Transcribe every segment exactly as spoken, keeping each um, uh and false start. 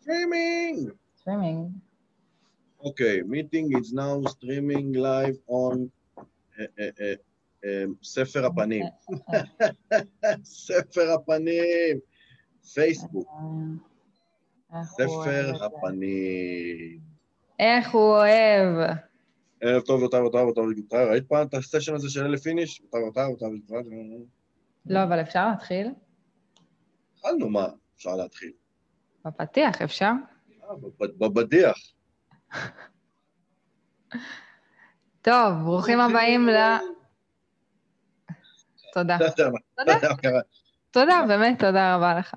Streaming! Streaming. Okay, meeting is now streaming live on uh, uh, uh, um, ספר הפנים. ספר הפנים. פייסבוק. ספר הפנים. איך הוא אוהב. ערב טוב, אותה, אותה, אותה, אותה. ראית פעם את הסשן הזה של אלה פיניש? אותה, אותה, אותה, אותה. לא, אבל אפשר להתחיל? התחלנו, מה? אפשר להתחיל. בפתיח, אפשר? בבדיח. טוב, ברוכים הבאים ל... תודה. תודה. תודה, באמת, תודה רבה לך.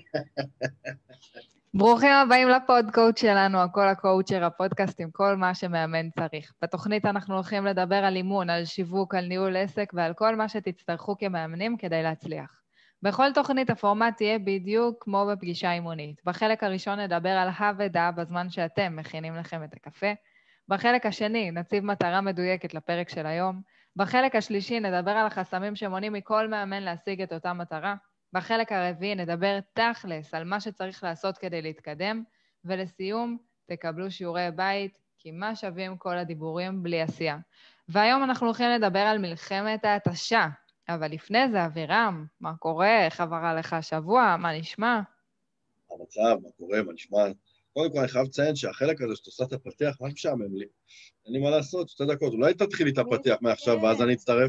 ברוכים הבאים לפודקאסט שלנו, הכל הקואוצ'ר, הפודקאסט עם כל מה שמאמן צריך. בתוכנית אנחנו הולכים לדבר על אימון, על שיווק, על ניהול עסק ועל כל מה שתצטרכו כמאמנים כדי להצליח. בכל תוכנית הפורמט תהיה בדיוק כמו בפגישה אימונית. בחלק הראשון נדבר על הוודא בזמן שאתם מכינים לכם את הקפה. בחלק השני נציב מטרה מדויקת לפרק של היום. בחלק השלישי נדבר על החסמים שמונים מכל מאמן להשיג את אותה מטרה. בחלק הרביעי נדבר תכלס על מה שצריך לעשות כדי להתקדם. ולסיום תקבלו שיעורי בית, כי מה שווים כל הדיבורים בלי עשייה. והיום אנחנו הולכים לדבר על מלחמת ההתשה. אבל לפני זה, אבירם, מה קורה? איך עברה לך השבוע? מה נשמע? המצב, מה קורה? מה נשמע? קודם כל, אני חייב לציין שהחלק הזה שאתה עושה את הפתיח, מה משעמם לי? אין לי מה לעשות, שתי דקות. אולי תתחילי את הפתיח מעכשיו, ואז אני אצטרף.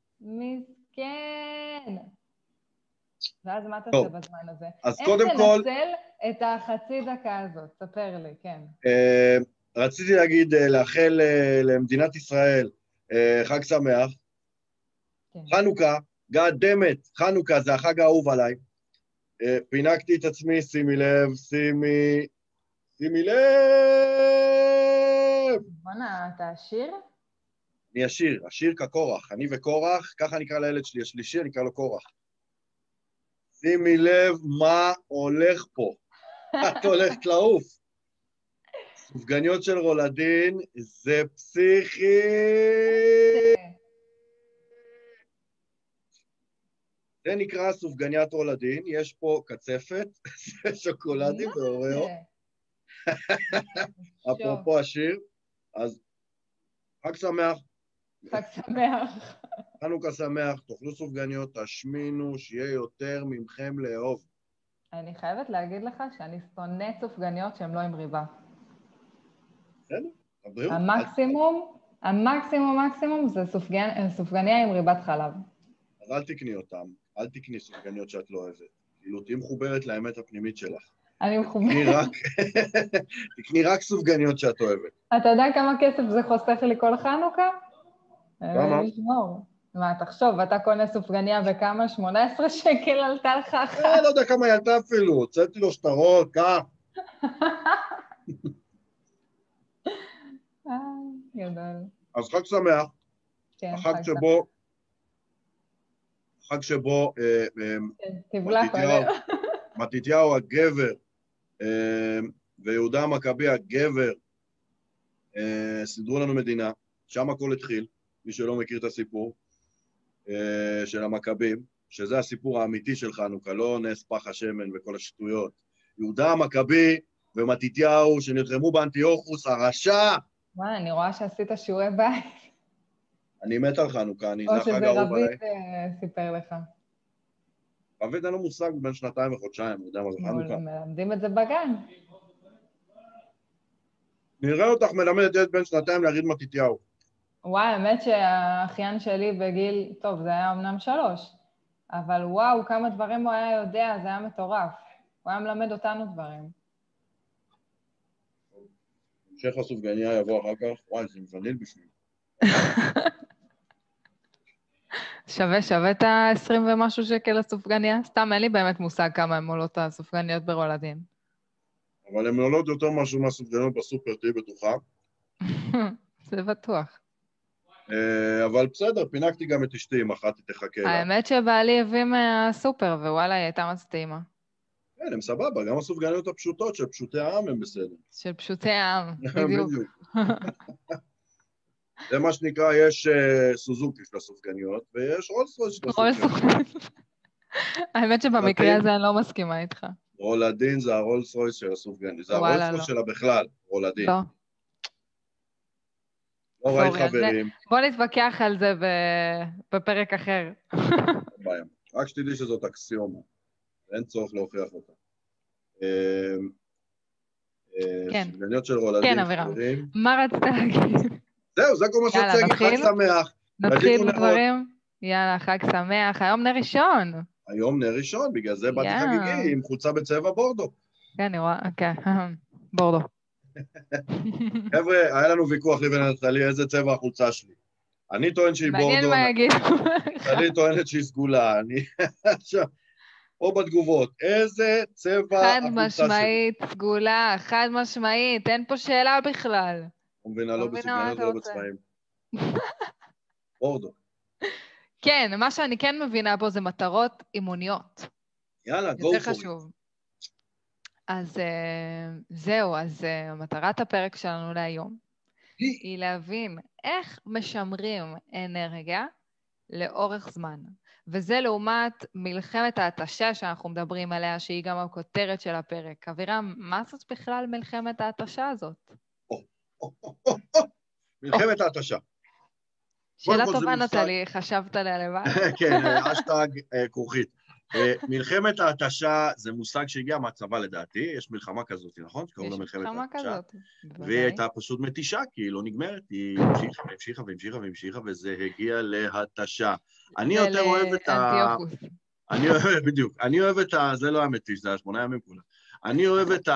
מסכן. ואז מה תעשה בזמן הזה? אז קודם כל... איך תנצל את החצי דקה הזאת? ספר לי, כן. רציתי להגיד, לאחל למדינת ישראל חג שמח, חנוכה, God damn it, חנוכה זה החג האהוב עליי. פינקתי את עצמי, שימי לב, שימי, שימי לב! בונה, אתה עשיר? אני עשיר, עשיר כקורח, אני וקורח, ככה נקרא לילד שלי, השלישי, אני אקרא לו קורח. שימי לב מה הולך פה, את הולכת לעוף. סופגניות של רולדין, זה פסיכי! זה נקרא סופגניית רולדין, יש פה קצפת, שוקולדים ואוריו. אפרופו השיר, אז חג שמח. חג שמח. חנוכה שמח, תאכלו סופגניות, תשמינו, שיהיה יותר ממכם לאהוב. אני חייבת להגיד לך שאני שונאת סופגניות שהן לא עם ריבה. בסדר, הבריאות. המקסימום, המקסימום, מקסימום זה סופגניה עם ריבת חלב. אז אל תקני אותם. אל תקני סופגניות שאת לא אוהבת. כאילו, תהיי מחוברת לאמת הפנימית שלך. אני מחוברת. תקני רק סופגניות שאת אוהבת. אתה יודע כמה כסף זה חוסך לי כל חנוכה? כמה? מה, תחשוב, אתה קונה סופגניה וכמה? שמונה עשרה שקל עלתה לך אחת? לא יודע כמה היא עלתה אפילו, הוצאתי לו שטרות, כך. גדול. אז חג שמח. החג שבו... חג שבו מתתיהו הגבר ויהודה המכבי הגבר סידרו לנו מדינה, שם הכל התחיל, מי שלא מכיר את הסיפור של המכבים, שזה הסיפור האמיתי של חנוכה, לא נס פח השמן וכל השטויות. יהודה המכבי ומתתיהו שנלחמו באנטיוכוס הרשע. וואי, אני רואה שעשית שיעורי בית. אני מת על חנוכה, אני זה החג האהוב עליי. או שזה רבית סיפר לך. רבית אין לו מושג בין שנתיים וחודשיים, אני יודע מה זה חנוכה. מלמדים את זה בגן. נראה אותך מלמדת ילד בין שנתיים להגיד מתתיהו. וואי, האמת שהאחיין שלי בגיל, טוב, זה היה אמנם שלוש, אבל וואו, כמה דברים הוא היה יודע, זה היה מטורף. הוא היה מלמד אותנו דברים. המשך הסופגניה יבוא אחר כך, וואי, זה מבניל בשביל. שווה, שווה את ה-עשרים ומשהו שקל לסופגניה? סתם, אין לי באמת מושג כמה הם עולות הסופגניות ברולדין. אבל הם עולות יותר משהו מהסופגניות בסופר, תהי בטוחה. זה בטוח. אבל בסדר, פינקתי גם את אשתי, אם אחת תחכה לה. האמת שבעלי הביא מהסופר, ווואלה, היא הייתה מצטעימה. כן, הם סבבה, גם הסופגניות הפשוטות של פשוטי העם הם בסדר. של פשוטי העם, בדיוק. זה מה שנקרא, יש סוזוקי של הסופגניות, ויש רולס רויס של הסופגניות. האמת שבמקרה הזה אני לא מסכימה איתך. רולדין זה הרולס רויס של הסופגני, זה וואלה, הרולס רויס לא. שלה בכלל, רולדין. לא. לא ראית סורי, חברים. בוא נתווכח על זה ב- בפרק אחר. בעיה. רק שתדעי שזאת אקסיומה. אין צורך להוכיח אותה. כן. סופגניות של כן, רולדין, אבירם. חברים. מה רצית להגיד? זהו, זה כל מה יאללה, שרציתי להגיד, חג נתחיל? שמח. נתחיל תדליקו נרות. בדברים? יאללה, חג שמח. היום נר ראשון. היום נר ראשון, בגלל זה באתי יאה. חגיגי, עם חולצה בצבע בורדו. כן, אני רואה, כן. בורדו. חבר'ה, היה לנו ויכוח לי ונטלי, איזה צבע החולצה שלי. אני טוען שהיא מעניין בורדו, מה יגידו. נטלי טוענת שהיא סגולה. אני עכשיו, פה בתגובות, איזה צבע חד החולצה שלי? משמעית, סגולה, חד משמעית, אין פה שאלה בכלל. לא מבינה, לא לא מבינה מה בסגניות אתה ולא רוצה. בצבעים. בורדו. כן, מה שאני כן מבינה פה זה מטרות אימוניות. יאללה, go יותר for it. חשוב. אז uh, זהו, אז uh, מטרת הפרק שלנו להיום היא להבין איך משמרים אנרגיה לאורך זמן. וזה לעומת מלחמת ההתשה שאנחנו מדברים עליה, שהיא גם הכותרת של הפרק. אבירם, מה זאת בכלל מלחמת ההתשה הזאת? מלחמת ההתשה. שאלה טובה, נטלי, חשבת עליה לבד? כן, אשטג כרוכית. מלחמת ההתשה זה מושג שהגיע מהצבא לדעתי, יש מלחמה כזאת, נכון? שקראו לה מלחמת ההתשה. יש מלחמה כזאת. והיא הייתה פשוט מתישה, כי היא לא נגמרת, היא המשיכה והמשיכה והמשיכה והמשיכה, וזה הגיע להתשה. אני יותר אוהב את ה... ולאנטיוכוס. אני אוהב, בדיוק, אני אוהב את ה... זה לא היה מתיש, זה היה שמונה ימים כולה. אני אוהב את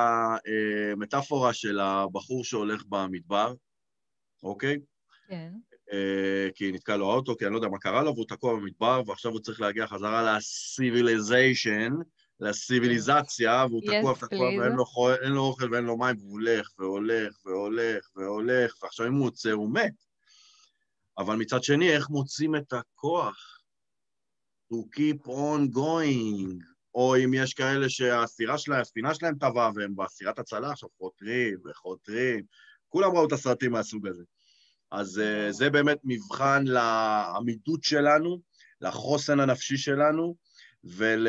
המטאפורה של הבחור שהולך במדבר, אוקיי? כן. כי נתקע לו האוטו, כי אני לא יודע מה קרה לו, והוא תקוע במדבר, ועכשיו הוא צריך להגיע חזרה לסיביליזיישן, לסיביליזציה, והוא תקוע ותקוע, ואין לו אוכל ואין לו מים, והוא הולך והולך והולך והולך, ועכשיו אם הוא עוצר, הוא מת. אבל מצד שני, איך מוצאים את הכוח? To keep on going. או אם יש כאלה שהסירה שלהם, הספינה שלהם טבעה, והם בסירת הצלה, עכשיו חותרים וחותרים. כולם ראו את הסרטים מהסוג הזה. אז uh, זה באמת מבחן לעמידות שלנו, לחוסן הנפשי שלנו, ול,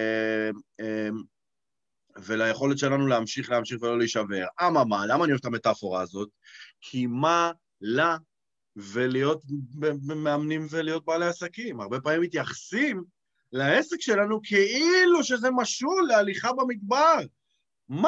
uh, וליכולת שלנו להמשיך, להמשיך ולא להישבר. אממה, למה אני אוהב את המטאפורה הזאת? כי מה לה ולהיות מאמנים ולהיות בעלי עסקים? הרבה פעמים מתייחסים לעסק שלנו כאילו שזה משול להליכה במדבר. מה?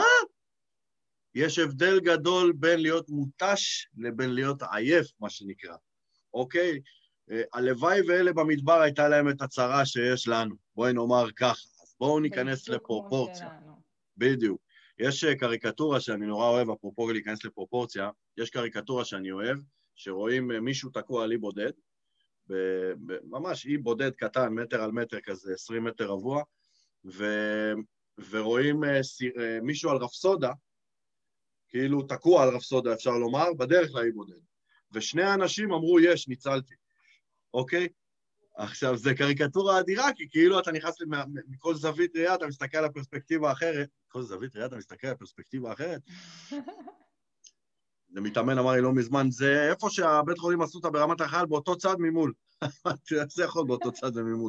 יש הבדל גדול בין להיות מוטש לבין להיות עייף, מה שנקרא. אוקיי? הלוואי ואלה במדבר הייתה להם את הצרה שיש לנו. בואי נאמר ככה. אז בואו ניכנס לפרופורציה. בדיוק. יש קריקטורה שאני נורא אוהב, אפרופו להיכנס לפרופורציה, יש קריקטורה שאני אוהב, שרואים מישהו תקוע על אי בודד, ממש אי בודד קטן, מטר על מטר כזה, עשרים מטר רבוע, ו... ורואים מישהו על רפסודה, כאילו תקוע על רפסודה, אפשר לומר, בדרך לאי בודד. ושני האנשים אמרו, יש, ניצלתי. אוקיי? עכשיו, זה קריקטורה אדירה, כי כאילו אתה נכנס מכל זווית ראייה, אתה מסתכל על הפרספקטיבה האחרת, מכל זווית ראייה אתה מסתכל על הפרספקטיבה האחרת. זה מתאמן, אמר לי לא מזמן, זה איפה שהבית חולים עשו אותה ברמת החייל, באותו צד ממול. זה יכול באותו צד וממול.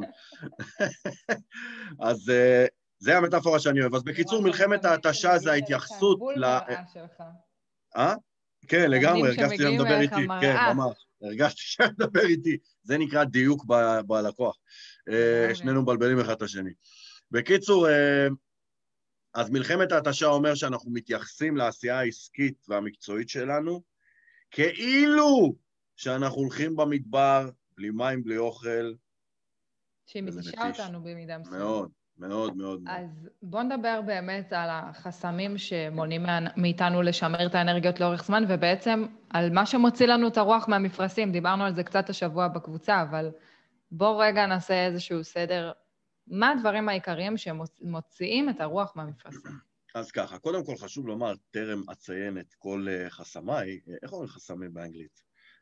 אז זה המטאפורה שאני אוהב. אז בקיצור, מלחמת ההתשה זה ההתייחסות ל... אה? כן, לגמרי, הרגשתי להם לדבר איתי. כן, ממש. הרגשתי שהם מדבר איתי. זה נקרא דיוק בלקוח. שנינו מבלבלים אחד את השני. בקיצור, אז מלחמת ההתשה אומר שאנחנו מתייחסים לעשייה העסקית והמקצועית שלנו, כאילו שאנחנו הולכים במדבר, בלי מים, בלי אוכל. שהיא מתישה אותנו במידה מסוימת. מאוד, מאוד, מאוד. אז בואו נדבר באמת על החסמים שמונעים מאיתנו לשמר את האנרגיות לאורך זמן, ובעצם על מה שמוציא לנו את הרוח מהמפרשים. דיברנו על זה קצת השבוע בקבוצה, אבל בואו רגע נעשה איזשהו סדר. מה הדברים העיקריים שמוציאים את הרוח מהמפרשים? אז ככה, קודם כל חשוב לומר, טרם אציין את כל חסמיי, איך אומרים חסמים באנגלית?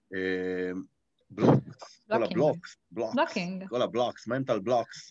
בלוקס, כל הבלוקס, כל הבלוקס, מנטל בלוקס,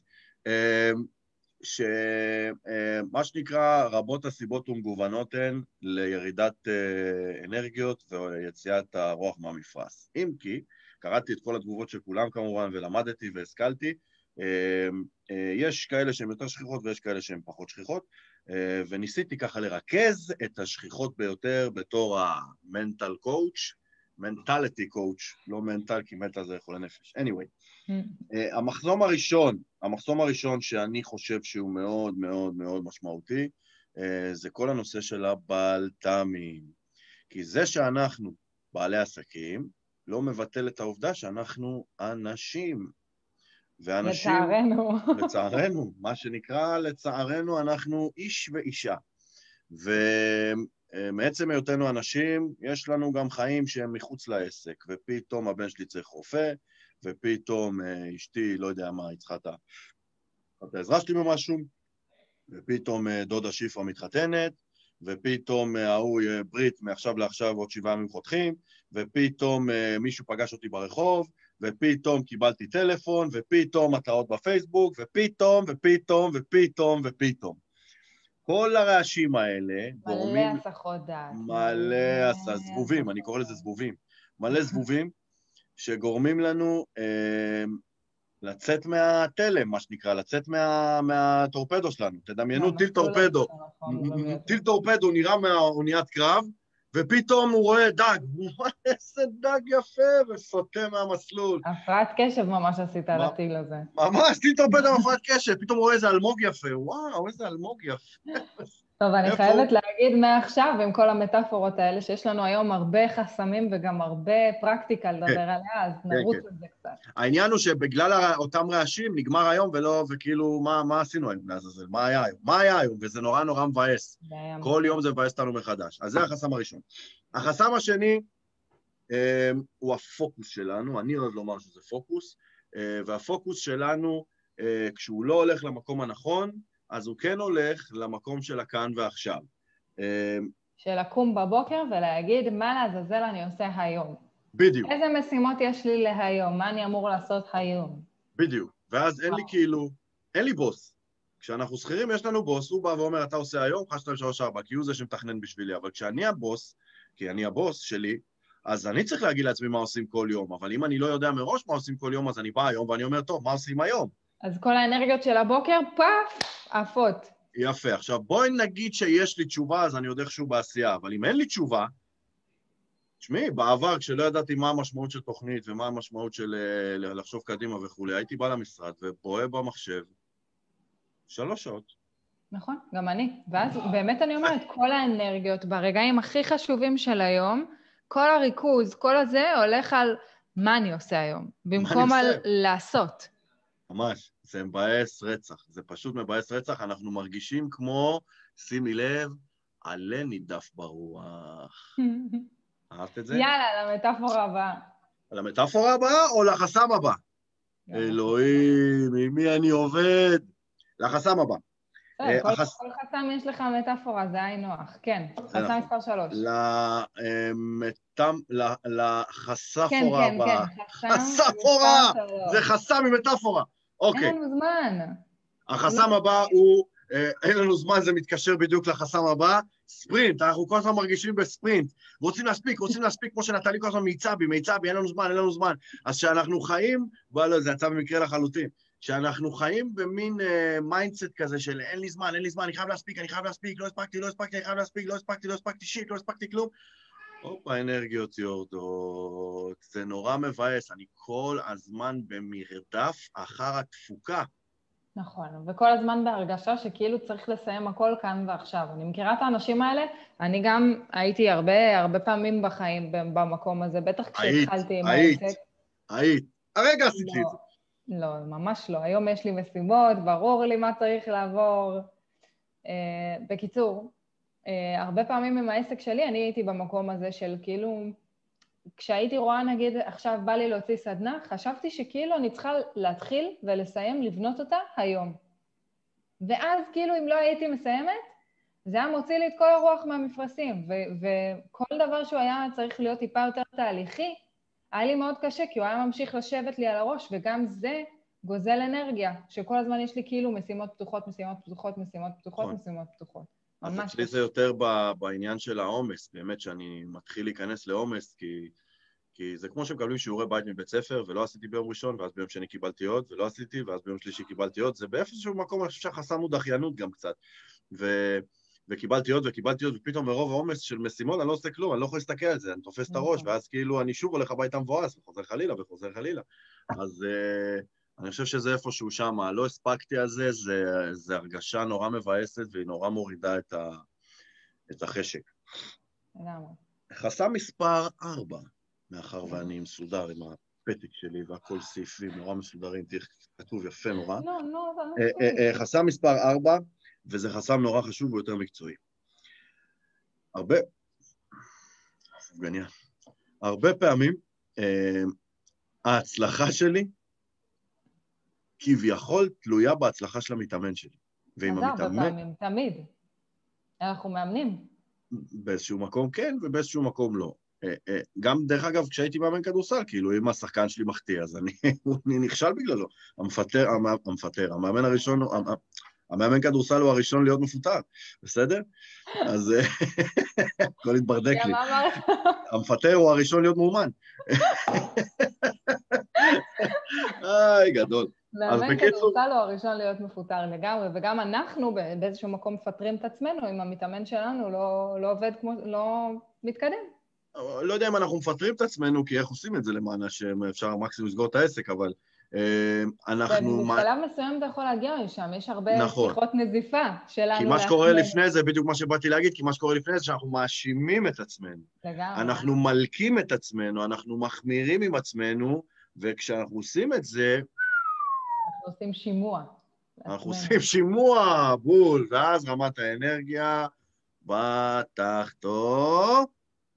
שמה שנקרא רבות הסיבות ומגוונות הן לירידת אנרגיות ויציאת הרוח מהמפרש. אם כי, קראתי את כל התגובות של כולם כמובן ולמדתי והשכלתי, יש כאלה שהן יותר שכיחות ויש כאלה שהן פחות שכיחות, וניסיתי ככה לרכז את השכיחות ביותר בתור ה-mental coach, mentality coach, לא mental כי mental זה חולה נפש. anyway, המחסום הראשון, המחסום הראשון שאני חושב שהוא מאוד מאוד מאוד משמעותי, זה כל הנושא של הבלת"מים. כי זה שאנחנו בעלי עסקים, לא מבטל את העובדה שאנחנו אנשים. ואנשים... לצערנו. לצערנו, מה שנקרא, לצערנו, אנחנו איש ואישה. ומעצם היותנו אנשים, יש לנו גם חיים שהם מחוץ לעסק, ופתאום הבן שלי צריך רופא, ופתאום אשתי, לא יודע מה, היא צריכה את העזרה שלי במשהו, ופתאום דודה שיפרה מתחתנת, ופתאום ההוא ברית מעכשיו לעכשיו עוד שבעה ימים חותכים, ופתאום מישהו פגש אותי ברחוב, ופתאום קיבלתי טלפון, ופתאום התראות בפייסבוק, ופתאום, ופתאום, ופתאום, ופתאום. כל הרעשים האלה גורמים... מלא הסחות דעת. מלא זבובים, אני קורא לזה זבובים. מלא זבובים שגורמים לנו אה, לצאת מהתלם, מה שנקרא, לצאת מה, מהטורפדו שלנו. תדמיינו, טיל טורפדו. טיל טורפדו נראה מהאוניית קרב, ופתאום הוא רואה דג, הוא רואה איזה דג יפה, וסוטה מהמסלול. הפרעת קשב ממש עשית על הטיל הזה. ממש, טיל טורפדו הפרעת קשב, פתאום הוא רואה איזה אלמוג יפה, וואו, איזה אלמוג יפה. טוב, אני חייבת להגיד מעכשיו, עם כל המטאפורות האלה, שיש לנו היום הרבה חסמים וגם הרבה פרקטיקה לדבר עליה, אז נרוץ על זה קצת. העניין הוא שבגלל אותם רעשים נגמר היום, ולא, וכאילו, מה עשינו היום לעזאזל? מה היה היום? מה היה היום? וזה נורא נורא מבאס. כל יום זה מבאס אותנו מחדש. אז זה החסם הראשון. החסם השני הוא הפוקוס שלנו, אני אוהב לומר שזה פוקוס, והפוקוס שלנו, כשהוא לא הולך למקום הנכון, אז הוא כן הולך למקום של הכאן ועכשיו. של לקום בבוקר ולהגיד, מה לעזאזל אני עושה היום? בדיוק. איזה משימות יש לי להיום? מה אני אמור לעשות היום? בדיוק. ואז אין לי כאילו, אין לי בוס. כשאנחנו שכירים, יש לנו בוס, הוא בא ואומר, אתה עושה היום, אחת, שתיים, שלוש, ארבע, כי הוא זה שמתכנן בשבילי. אבל כשאני הבוס, כי אני הבוס שלי, אז אני צריך להגיד לעצמי מה עושים כל יום. אבל אם אני לא יודע מראש מה עושים כל יום, אז אני בא היום ואני אומר, טוב, מה עושים היום? אז כל האנרגיות של הבוקר, פאף, עפות. יפה. עכשיו, בואי נגיד שיש לי תשובה, אז אני יודע איכשהו בעשייה, אבל אם אין לי תשובה, תשמעי, בעבר, כשלא ידעתי מה המשמעות של תוכנית ומה המשמעות של לחשוב קדימה וכו', הייתי בא למשרד ובואה במחשב שלוש שעות. נכון, גם אני. ואז באמת אני אומרת, כל האנרגיות ברגעים הכי חשובים של היום, כל הריכוז, כל הזה הולך על מה אני עושה היום, במקום על לעשות. ממש, זה מבאס רצח, זה פשוט מבאס רצח, אנחנו מרגישים כמו, שימי לב, עלה נידף ברוח. אהבת את זה? יאללה, למטאפורה הבאה. למטאפורה הבאה או לחסם הבא? אלוהים, עם מי אני עובד? לחסם הבא. כל חסם יש לך מטאפורה, זה היה נוח. כן, חסם מספר שלוש. לחספורה הבאה. חספורה! זה חסם עם מטאפורה. אוקיי. אין לנו זמן. החסם הבא הוא, אין לנו זמן, זה מתקשר בדיוק לחסם הבא, ספרינט, אנחנו כל הזמן מרגישים בספרינט, רוצים להספיק, רוצים להספיק, כמו שנתן לי כל הזמן מיצבי, מיצבי, אין לנו זמן, אין לנו זמן. אז שאנחנו חיים, לא, זה יצא במקרה לחלוטין, שאנחנו חיים במין מיינדסט כזה של אין לי זמן, אין לי זמן, אני חייב להספיק, אני חייב להספיק, לא הספקתי, לא הספקתי, אני חייב להספיק, לא הספקתי, לא הספקתי, שיט, לא הספקתי כלום. הופ, האנרגיות יורדות, זה נורא מבאס, אני כל הזמן במרדף אחר התפוקה. נכון, וכל הזמן בהרגשה שכאילו צריך לסיים הכל כאן ועכשיו. אני מכירה את האנשים האלה, אני גם הייתי הרבה, הרבה פעמים בחיים במקום הזה, בטח כשהתחלתי עם העסק. היית, היית, הרגע עשיתי את זה. לא, ממש לא. היום יש לי משימות, ברור לי מה צריך לעבור. בקיצור, הרבה פעמים עם העסק שלי, אני הייתי במקום הזה של כאילו, כשהייתי רואה, נגיד, עכשיו בא לי להוציא סדנה, חשבתי שכאילו אני צריכה להתחיל ולסיים, לבנות אותה היום. ואז כאילו אם לא הייתי מסיימת, זה היה מוציא לי את כל הרוח מהמפרשים, ו- וכל דבר שהוא היה צריך להיות טיפה יותר תהליכי, היה לי מאוד קשה, כי הוא היה ממשיך לשבת לי על הראש, וגם זה גוזל אנרגיה, שכל הזמן יש לי כאילו משימות פתוחות, משימות פתוחות, משימות פתוחות, משימות פתוחות. אז אצלי זה יותר בעניין של העומס, באמת שאני מתחיל להיכנס לעומס, כי, כי זה כמו שמקבלים שיעורי בית מבית ספר, ולא עשיתי ביום ראשון, ואז ביום שני קיבלתי עוד, ולא עשיתי, ואז ביום שלישי קיבלתי עוד, זה באיפשהו מקום, אני חושב שחסמנו דחיינות גם קצת, ו... וקיבלתי עוד וקיבלתי עוד, ופתאום מרוב העומס של משימות, אני לא עושה כלום, אני לא יכול להסתכל על זה, אני תופס את הראש, ואז כאילו אני שוב הולך הביתה מבואס, וחוזר חלילה, וחוזר חלילה. אז uh, אני חושב שזה איפשהו שם, לא הספקתי על זה, זה, זה הרגשה נורא מבאסת, והיא נורא מורידה את, ה... את החשק. לגמרי. חסם מספר ארבע, מאחר ואני מסודר עם הפתק שלי, והכל סעיפים נורא מסודרים, תראה, כתוב יפה נורא. לא, לא, זה חסם מספר ארבע, וזה חסם נורא חשוב ויותר מקצועי. הרבה, ספגניה, הרבה פעמים, אה, ההצלחה שלי, כביכול תלויה בהצלחה של המתאמן שלי. ועם הרבה המתאמן... פעמים, תמיד. אנחנו מאמנים. באיזשהו מקום כן, ובאיזשהו מקום לא. גם, דרך אגב, כשהייתי מאמן כדורסל, כאילו, אם השחקן שלי מחטיא, אז אני, אני נכשל בגללו. המפטר, המפטר, המאמן הראשון, המאמן כדורסל הוא הראשון להיות מפוטר, בסדר? אז הכל התברדק לי. המפטר הוא הראשון להיות מאומן. איי, גדול. מאמן כדורסל הוא הראשון להיות מפוטר לגמרי, וגם אנחנו באיזשהו מקום מפטרים את עצמנו, אם המתאמן שלנו לא, לא עובד כמו, לא מתקדם. לא יודע אם אנחנו מפטרים את עצמנו, כי איך עושים את זה למען השם, אפשר מקסימום לסגור את העסק, אבל אנחנו... בשלב מסוים אתה יכול להגיע לשם, יש הרבה שיחות נזיפה שלנו. כי מה שקורה לפני זה, בדיוק מה שבאתי להגיד, כי מה שקורה לפני זה, שאנחנו מאשימים את עצמנו. לגמרי. אנחנו מלקים את עצמנו, אנחנו מחמירים עם עצמנו, וכשאנחנו עושים את זה... אנחנו עושים שימוע. אנחנו עושים שימוע, בול, ואז רמת האנרגיה בתחתו...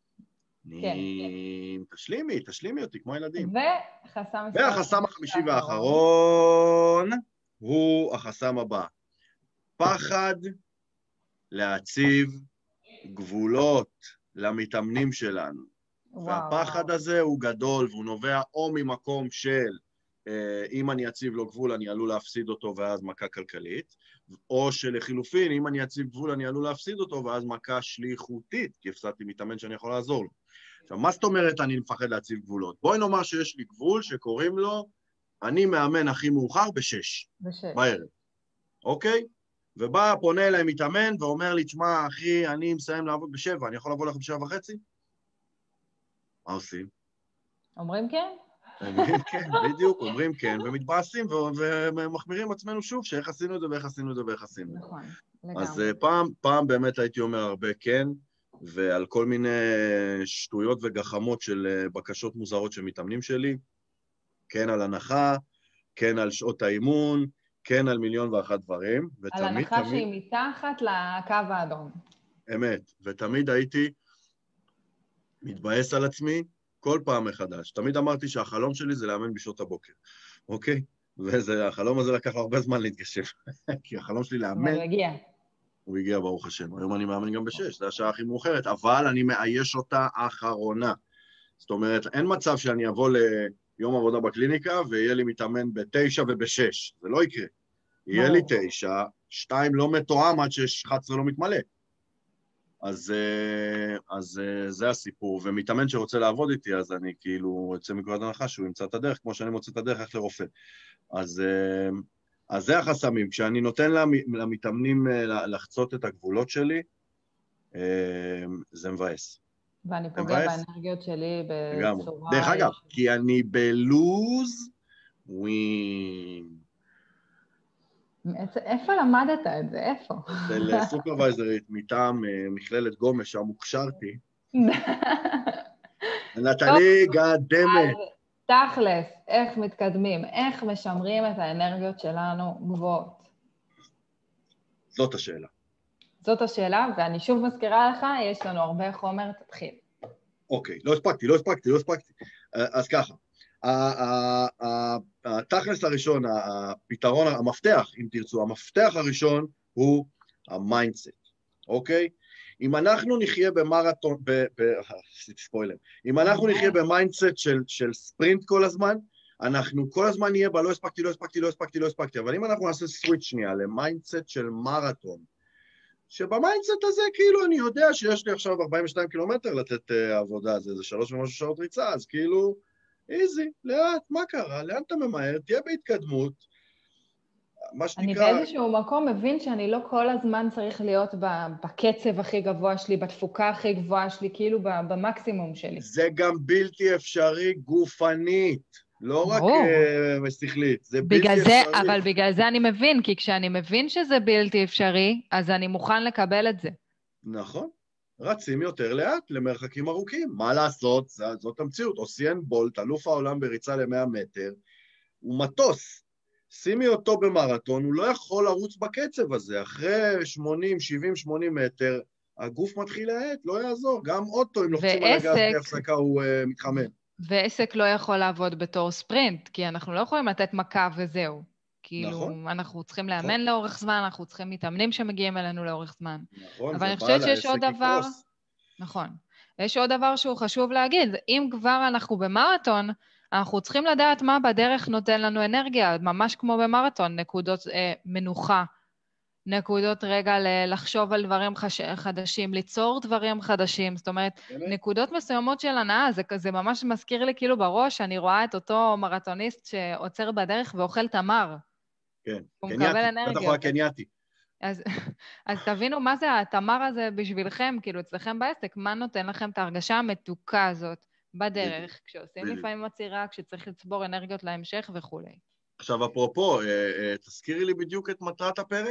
תשלימי, תשלימי אותי, כמו ילדים. והחסם החמישי והאחרון הוא החסם הבא. פחד להציב גבולות למתאמנים שלנו. והפחד הזה הוא גדול, והוא נובע או ממקום של אם אני אציב לו גבול אני עלול להפסיד אותו ואז מכה כלכלית, או שלחילופין, אם אני אציב גבול אני עלול להפסיד אותו ואז מכה שליחותית, כי הפסדתי מתאמן שאני יכול לעזור לו. עכשיו, מה זאת אומרת אני מפחד להציב גבולות? בואי נאמר שיש לי גבול שקוראים לו, אני מאמן הכי מאוחר בשש, בשש. בערב, אוקיי? ובא, פונה אליי מתאמן ואומר לי, תשמע, אחי, אני מסיים לעבוד בשבע, אני יכול לבוא לך בשבע וחצי? מה עושים? אומרים כן? אומרים כן, בדיוק, אומרים כן, ומתבאסים ומחמירים עצמנו שוב, שאיך עשינו את זה ואיך עשינו את זה ואיך עשינו את זה. נכון, לגמרי. אז פעם, פעם באמת הייתי אומר הרבה כן, ועל כל מיני שטויות וגחמות של בקשות מוזרות של מתאמנים שלי, כן על הנחה, כן על שעות האימון, כן על מיליון ואחת דברים. על הנחה שהיא מתחת לקו האדום. אמת, ותמיד הייתי מתבאס על עצמי, כל פעם מחדש. תמיד אמרתי שהחלום שלי זה לאמן בשעות הבוקר, אוקיי? והחלום הזה לקח הרבה זמן להתגשם, כי החלום שלי לאמן... הוא הגיע. הוא הגיע, ברוך השם. היום אני מאמן גם בשש, זה השעה הכי מאוחרת, אבל אני מאייש אותה האחרונה. זאת אומרת, אין מצב שאני אבוא ליום עבודה בקליניקה, ויהיה לי מתאמן בתשע ובשש. זה לא יקרה. יהיה לי תשע, שתיים לא מתואם עד שש-אחת עשרה לא מתמלא. אז, אז זה הסיפור, ומתאמן שרוצה לעבוד איתי, אז אני כאילו יוצא מנקודת הנחה שהוא ימצא את הדרך, כמו שאני מוצא את הדרך איך לרופא. אז, אז זה החסמים, כשאני נותן למתאמנים לחצות את הגבולות שלי, זה מבאס. ואני פוגע באנרגיות שלי בצורה... דרך אגב, כי אני בלוז ווין. איפה למדת את זה? איפה? של סופרוויזרית מטעם מכללת גומש, שם הוכשרתי. נתני גדמת. תכלס, איך מתקדמים? איך משמרים את האנרגיות שלנו גבוהות? זאת השאלה. זאת השאלה, ואני שוב מזכירה לך, יש לנו הרבה חומר, תתחיל. אוקיי, לא הספקתי, לא הספקתי, לא הספקתי. אז ככה. התכלס הראשון, הפתרון, המפתח, אם תרצו, המפתח הראשון הוא המיינדסט, אוקיי? אם אנחנו נחיה במרתון, ספוילר, אם אנחנו נחיה במיינדסט של ספרינט כל הזמן, אנחנו כל הזמן נהיה בה, לא הספקתי, לא הספקתי, לא הספקתי, לא הספקתי, אבל אם אנחנו נעשה סוויץ' שנייה למיינדסט של מרתון, שבמיינדסט הזה, כאילו, אני יודע שיש לי עכשיו ארבעים ושתיים קילומטר לתת uh, עבודה, זה, זה שלוש ומשהו שעות ריצה, אז כאילו, איזי, לאט, מה קרה? לאן אתה ממהר? תהיה בהתקדמות, מה שנקרא... אני באיזשהו מקום מבין שאני לא כל הזמן צריך להיות בקצב הכי גבוה שלי, בתפוקה הכי גבוהה שלי, כאילו במקסימום שלי. זה גם בלתי אפשרי גופנית. לא רק uh, שכלית, זה בלתי זה, אפשרי. אבל בגלל זה אני מבין, כי כשאני מבין שזה בלתי אפשרי, אז אני מוכן לקבל את זה. נכון. רצים יותר לאט למרחקים ארוכים. מה לעשות? זאת המציאות. אוסיין בולט, אלוף העולם בריצה ל-מאה מטר, הוא מטוס. שימי אותו במרתון, הוא לא יכול לרוץ בקצב הזה. אחרי שמונים, שבעים, שמונים מטר, הגוף מתחיל להאט, לא יעזור. גם אוטו, אם לוחצים על הגז בלי הפסקה, הוא uh, מתחמם. ועסק לא יכול לעבוד בתור ספרינט, כי אנחנו לא יכולים לתת מכה וזהו. כאילו, נכון. אנחנו צריכים לאמן נכון. לאורך זמן, אנחנו צריכים מתאמנים שמגיעים אלינו לאורך זמן. נכון, אבל אני חושבת שיש עוד דבר... יקרוס. נכון. יש עוד דבר שהוא חשוב להגיד. אם כבר אנחנו במרתון, אנחנו צריכים לדעת מה בדרך נותן לנו אנרגיה, ממש כמו במרתון, נקודות אה, מנוחה, נקודות רגע לחשוב על דברים חש... חדשים, ליצור דברים חדשים, זאת אומרת, באמת? נקודות מסוימות של הנאה, זה, זה ממש מזכיר לי כאילו בראש, אני רואה את אותו מרתוניסט שעוצר בדרך ואוכל תמר. כן, קנייתי, אתה יכולה קנייתי. אז, אז תבינו מה זה התמר הזה בשבילכם, כאילו אצלכם בעסק, מה נותן לכם את ההרגשה המתוקה הזאת בדרך, בדיוק, כשעושים בדיוק. לפעמים עצירה, כשצריך לצבור אנרגיות להמשך וכו'. עכשיו, אפרופו, תזכירי לי בדיוק את מטרת הפרק?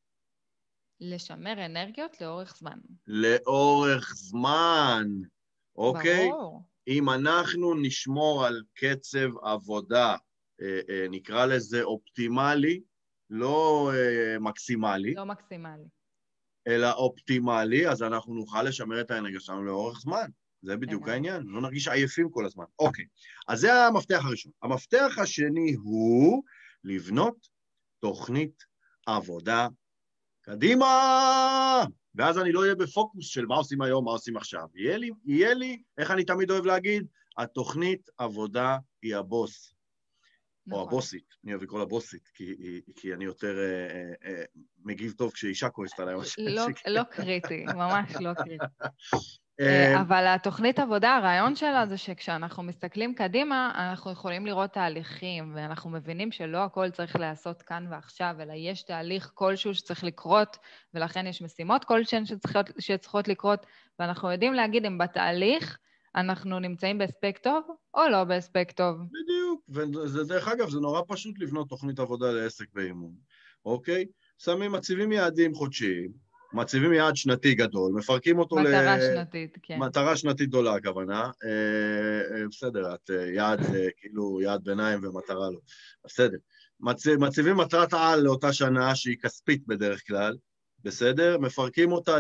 לשמר אנרגיות לאורך זמן. לאורך זמן, אוקיי? ברור. אם אנחנו נשמור על קצב עבודה, נקרא לזה אופטימלי, לא מקסימלי. לא מקסימלי. אלא אופטימלי, אז אנחנו נוכל לשמר את האנרגיה שלנו לאורך זמן. זה בדיוק העניין, לא נרגיש עייפים כל הזמן. אוקיי, אז זה המפתח הראשון. המפתח השני הוא לבנות תוכנית עבודה קדימה! ואז אני לא אהיה בפוקוס של מה עושים היום, מה עושים עכשיו. יהיה לי, יהיה לי, איך אני תמיד אוהב להגיד, התוכנית עבודה היא הבוס. נכון. או הבוסית, אני אוהב לקרוא לה בוסית, כי, כי אני יותר אה, אה, מגיב טוב כשאישה כועסת עליי. לא, לא קריטי, ממש לא קריטי. אבל התוכנית עבודה, הרעיון שלה זה שכשאנחנו מסתכלים קדימה, אנחנו יכולים לראות תהליכים, ואנחנו מבינים שלא הכל צריך לעשות כאן ועכשיו, אלא יש תהליך כלשהו שצריך לקרות, ולכן יש משימות כלשהן שצריכות, שצריכות לקרות, ואנחנו יודעים להגיד אם בתהליך אנחנו נמצאים באספקט טוב, או לא באספקט טוב. בדיוק, ודרך אגב, זה נורא פשוט לבנות תוכנית עבודה לעסק באימון, אוקיי? שמים, מציבים יעדים חודשיים, מציבים יעד שנתי גדול, מפרקים אותו ל... מטרה שנתית, כן. מטרה שנתית גדולה, הכוונה. בסדר, את יעד זה כאילו יעד ביניים ומטרה לא. בסדר. מציבים מטרת העל לאותה שנה שהיא כספית בדרך כלל, בסדר? מפרקים אותה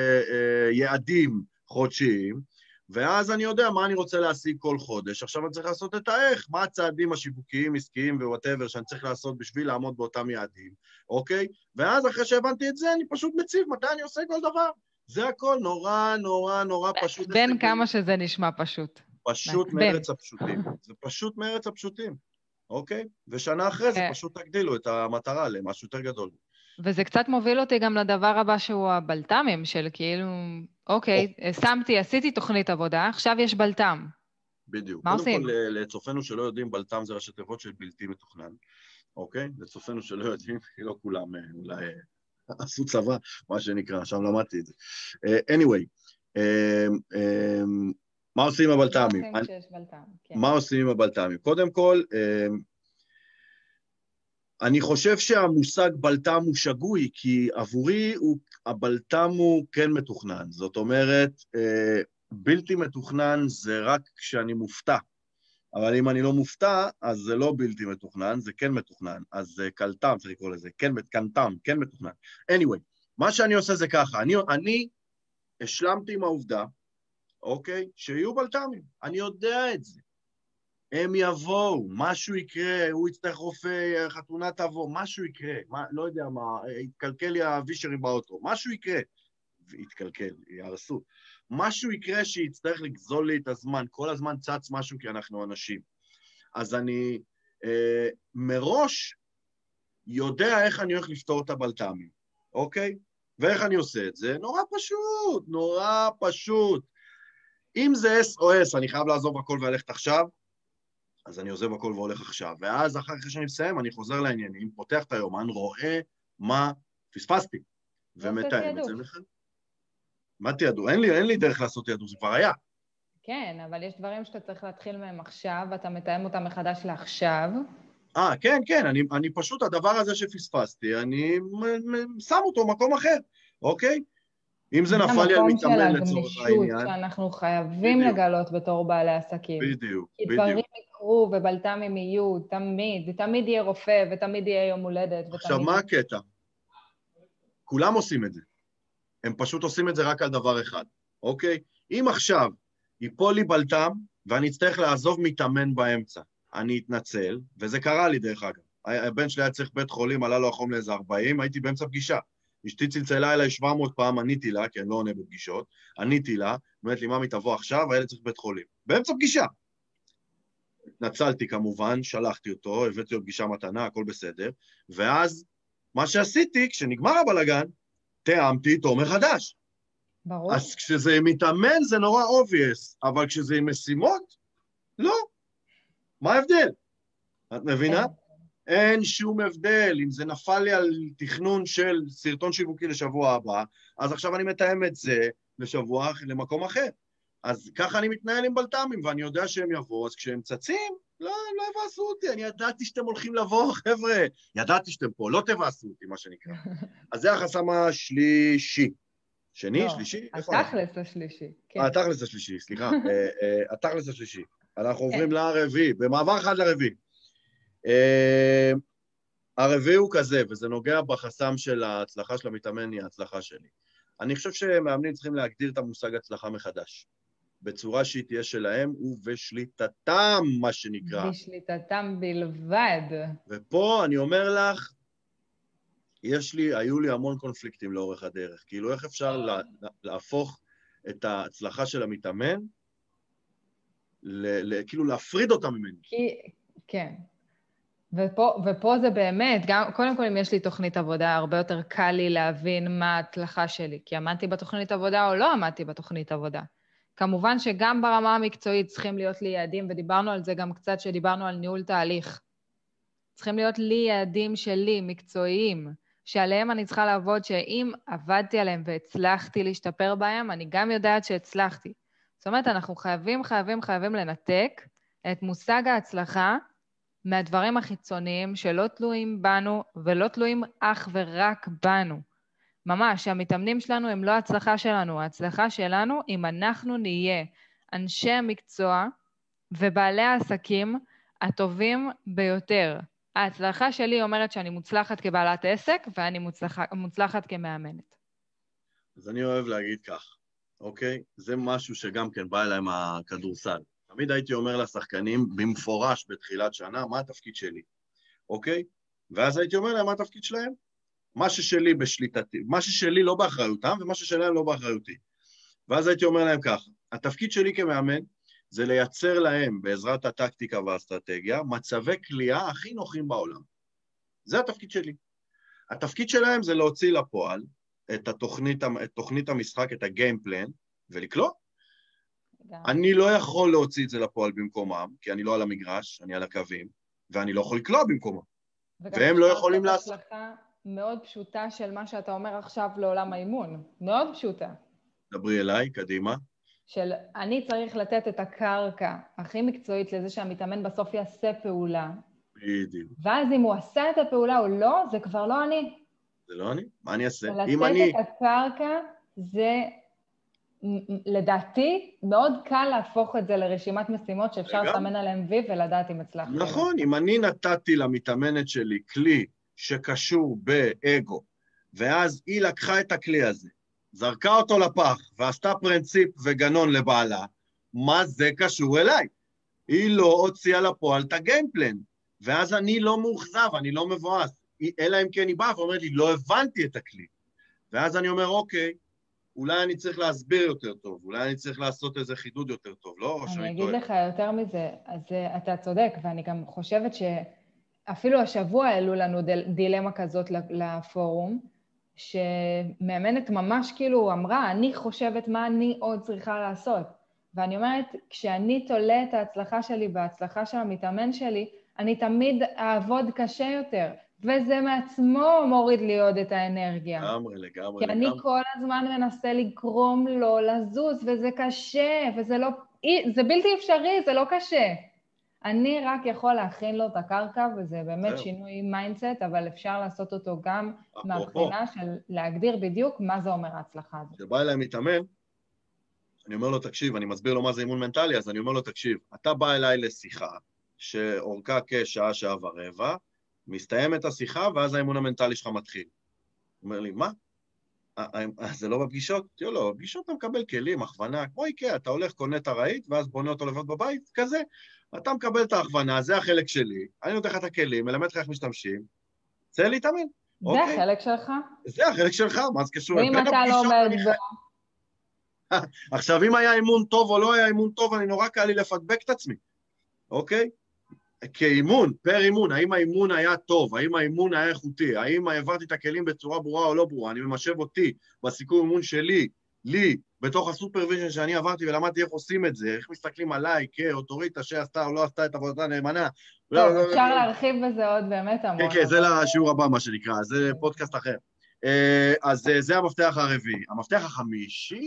ליעדים חודשיים, ואז אני יודע מה אני רוצה להשיג כל חודש. עכשיו אני צריך לעשות את האיך, מה הצעדים השיווקיים, עסקיים ווואטאבר שאני צריך לעשות בשביל לעמוד באותם יעדים, אוקיי? ואז אחרי שהבנתי את זה, אני פשוט מציב מתי אני עושה כל דבר. זה הכל נורא, נורא, נורא פשוט. בין כמה שזה נשמע פשוט. פשוט מארץ הפשוטים. זה פשוט מארץ הפשוטים, אוקיי? ושנה אחרי זה פשוט תגדילו את המטרה למשהו יותר גדול. וזה קצת מוביל אותי גם לדבר הבא שהוא הבלת"מים של כאילו, אוקיי, שמתי, עשיתי תוכנית עבודה, עכשיו יש בלת"ם. בדיוק. מה עושים? קודם כל, לצופנו שלא יודעים, בלת"ם זה ראשי תיבות של בלתי מתוכנן, אוקיי? לצופנו שלא יודעים, כי לא כולם אולי עשו צבא, מה שנקרא, עכשיו למדתי את זה. anyway, מה עושים עם הבלת"מים? מה עושים כשיש בלת"ם? מה עושים עם הבלת"מים? קודם כל, אני חושב שהמושג בלת"ם הוא שגוי, כי עבורי הוא, הבלת"ם הוא כן מתוכנן. זאת אומרת, בלתי מתוכנן זה רק כשאני מופתע. אבל אם אני לא מופתע, אז זה לא בלתי מתוכנן, זה כן מתוכנן. אז זה קלט"ם, צריך לקרוא לזה, כן, קנט"ם, כן מתוכנן. anyway, מה שאני עושה זה ככה, אני, אני השלמתי עם העובדה, אוקיי, שיהיו בלת"מים. אני יודע את זה. הם יבואו, משהו יקרה, הוא יצטרך רופא, חתונה תבוא, משהו יקרה, מה, לא יודע מה, יתקלקל לי הווישרים באוטו, משהו יקרה, יתקלקל, יערסו, משהו יקרה שיצטרך לגזול לי את הזמן, כל הזמן צץ משהו כי אנחנו אנשים. אז אני אה, מראש יודע איך אני הולך לפתור את הבלת"מים, אוקיי? ואיך אני עושה את זה? נורא פשוט, נורא פשוט. אם זה אס או אס, אני חייב לעזוב הכל והלכת עכשיו, אז אני עוזב הכל והולך עכשיו. ואז אחר כך שאני מסיים, אני חוזר לעניינים, פותח את היומן, רואה מה פספסתי, ומתאם את זה מחדש. מה תיעדו? אין לי, אין לי דרך לעשות תיעדו, זה כבר היה. כן, אבל יש דברים שאתה צריך להתחיל מהם עכשיו, ואתה מתאם אותם מחדש לעכשיו. אה, כן, כן, אני, אני פשוט, הדבר הזה שפספסתי, אני שם אותו במקום אחר, אוקיי? אם זה נפל לי על מתאמן לצורך העניין. זה המקום של הגמישות שאנחנו חייבים בדיוק. לגלות בתור בעלי עסקים. בדיוק, כי בדיוק. דברים יקרו ובלת"מים יהיו, תמיד, ותמיד יהיה רופא, ותמיד יהיה יום הולדת. עכשיו, ותמיד... מה הקטע? כולם עושים את זה. הם פשוט עושים את זה רק על דבר אחד, אוקיי? אם עכשיו ייפול לי בלטם, ואני אצטרך לעזוב מתאמן באמצע, אני אתנצל, וזה קרה לי דרך אגב. הבן שלי היה צריך בית חולים, עלה לו החום לאיזה ארבעים, הייתי באמצע פגישה. אשתי צלצלה אליי שבע מאות פעם, עניתי לה, כי אני לא עונה בפגישות, עניתי לה, אומרת לי, ממי תבוא עכשיו, הילד צריך בית חולים. באמצע פגישה. התנצלתי כמובן, שלחתי אותו, הבאתי לו פגישה מתנה, הכל בסדר, ואז מה שעשיתי, כשנגמר הבלגן, תיאמתי איתו מחדש. ברור. אז כשזה מתאמן זה נורא obvious, אבל כשזה עם משימות, לא. מה ההבדל? את מבינה? אין שום הבדל. אם זה נפל לי על תכנון של סרטון שיווקי לשבוע הבא, אז עכשיו אני מתאם את זה לשבוע, למקום אחר. אז ככה אני מתנהל עם בלת"מים, ואני יודע שהם יבואו, אז כשהם צצים, לא, הם לא יבאסו אותי, אני ידעתי שאתם הולכים לבוא, חבר'ה, ידעתי שאתם פה, לא תבאסו אותי, מה שנקרא. אז זה החסם השלישי. שני, שלישי? התכלס השלישי. התכלס השלישי, סליחה. התכלס השלישי. אנחנו עוברים לרביעי, במעבר אחד לרביעי. הרביעי הוא כזה, וזה נוגע בחסם של ההצלחה של המתאמן, היא ההצלחה שלי. אני חושב שמאמנים צריכים להגדיר את המושג הצלחה מחדש. בצורה שהיא תהיה שלהם ובשליטתם, מה שנקרא. בשליטתם בלבד. ופה אני אומר לך, יש לי, היו לי המון קונפליקטים לאורך הדרך. כאילו, איך אפשר לה, להפוך את ההצלחה של המתאמן, ל, ל, כאילו להפריד אותה ממני. כי, כן. ופה, ופה זה באמת, גם, קודם כל, אם יש לי תוכנית עבודה, הרבה יותר קל לי להבין מה ההצלחה שלי, כי עמדתי בתוכנית עבודה או לא עמדתי בתוכנית עבודה. כמובן שגם ברמה המקצועית צריכים להיות לי יעדים, ודיברנו על זה גם קצת שדיברנו על ניהול תהליך. צריכים להיות לי יעדים שלי, מקצועיים, שעליהם אני צריכה לעבוד, שאם עבדתי עליהם והצלחתי להשתפר בהם, אני גם יודעת שהצלחתי. זאת אומרת, אנחנו חייבים, חייבים, חייבים לנתק את מושג ההצלחה מהדברים החיצוניים שלא תלויים בנו ולא תלויים אך ורק בנו. ממש, המתאמנים שלנו הם לא ההצלחה שלנו, ההצלחה שלנו אם אנחנו נהיה אנשי המקצוע ובעלי העסקים הטובים ביותר. ההצלחה שלי אומרת שאני מוצלחת כבעלת עסק ואני מוצלחת, מוצלחת כמאמנת. אז אני אוהב להגיד כך, אוקיי? זה משהו שגם כן בא אליי מהכדורסל. תמיד הייתי אומר לשחקנים במפורש בתחילת שנה, מה התפקיד שלי, אוקיי? ואז הייתי אומר להם, מה התפקיד שלהם? מה ששלי בשליטתי, מה ששלי לא באחריותם, ומה ששלהם לא באחריותי. ואז הייתי אומר להם ככה, התפקיד שלי כמאמן, זה לייצר להם, בעזרת הטקטיקה והאסטרטגיה, מצבי קליעה הכי נוחים בעולם. זה התפקיד שלי. התפקיד שלהם זה להוציא לפועל את התוכנית, את תוכנית המשחק, את הגיימפלן, ולקלוע. אני לא יכול להוציא את זה לפועל במקומם, כי אני לא על המגרש, אני על הקווים, ואני לא יכול לקלוע במקומם. והם לא יכולים לעשות... הצלחה מאוד פשוטה של מה שאתה אומר עכשיו לעולם האימון. מאוד פשוטה. דברי אליי, קדימה. של אני צריך לתת את הקרקע הכי מקצועית לזה שהמתאמן בסוף יעשה פעולה. בדיוק. ואז אם הוא עשה את הפעולה או לא, זה כבר לא אני. זה לא אני? מה אני אעשה? לתת אני... את הקרקע זה... לדעתי, מאוד קל להפוך את זה לרשימת משימות שאפשר לסמן עליהם וי ולדעת אם הצלחתי. נכון, אם אני נתתי למתאמנת שלי כלי שקשור באגו, ואז היא לקחה את הכלי הזה, זרקה אותו לפח, ועשתה פרינציפ וגנון לבעלה, מה זה קשור אליי? היא לא הוציאה לפועל את הגיימפלן, ואז אני לא מאוכזב, אני לא מבואס, אלא אם כן היא באה ואומרת לי, לא הבנתי את הכלי. ואז אני אומר, אוקיי, אולי אני צריך להסביר יותר טוב, אולי אני צריך לעשות איזה חידוד יותר טוב, לא? אני אגיד לך יותר מזה, אז אתה צודק, ואני גם חושבת שאפילו השבוע העלו לנו דילמה כזאת לפורום, שמאמנת ממש כאילו אמרה, אני חושבת מה אני עוד צריכה לעשות. ואני אומרת, כשאני תולה את ההצלחה שלי בהצלחה של המתאמן שלי, אני תמיד אעבוד קשה יותר, וזה מעצמו מוריד לי עוד את האנרגיה. לגמרי, לגמרי, כי לגמרי. אני כל הזמן מנסה לגרום לו לזוז, וזה קשה, וזה לא, זה בלתי אפשרי, זה לא קשה. אני רק יכול להכין לו את הקרקע, וזה באמת זהו. שינוי מיינדסט, אבל אפשר לעשות אותו גם אפרופו. מהבחינה של להגדיר בדיוק מה זה אומר ההצלחה הזאת. כשבא אליי מתאמן, אני אומר לו, תקשיב, אני מסביר לו מה זה אימון מנטלי, אז אני אומר לו, תקשיב, אתה בא אליי לשיחה, שאורכה כשעה, שעה ורבע, מסתיימת השיחה, ואז האימון המנטלי שלך מתחיל. הוא אומר לי, מה? זה לא בפגישות? תראו לו, בפגישות אתה מקבל כלים, הכוונה, כמו איקאה, אתה הולך, קונה את הרהיט, ואז בונה אותו לבד בבית, כזה. אתה מקבל את ההכוונה, זה החלק שלי, אני נותן לך את הכלים, מלמד לך איך משתמשים, צא להתאמן. זה אוקיי. החלק שלך? זה החלק שלך, מה זה קשור? ואם אתה לא עומד בו? עכשיו, אם היה אימון טוב או לא היה אימון טוב, אני נורא קל לי לפדבק את עצמי, אוקיי? כאימון, פר אימון, האם האימון היה טוב, האם האימון היה איכותי, האם העברתי את הכלים בצורה ברורה או לא ברורה, אני ממשב אותי בסיכום אימון שלי, לי, בתוך הסופרוויז'ן שאני עברתי ולמדתי איך עושים את זה, איך מסתכלים עליי כאוטוריטה שעשתה או לא עשתה את עבודתה נאמנה. טוב, אפשר להרחיב בזה עוד באמת המון. כן, כן, זה לשיעור הבא מה שנקרא, זה פודקאסט אחר. אז זה המפתח הרביעי. המפתח החמישי,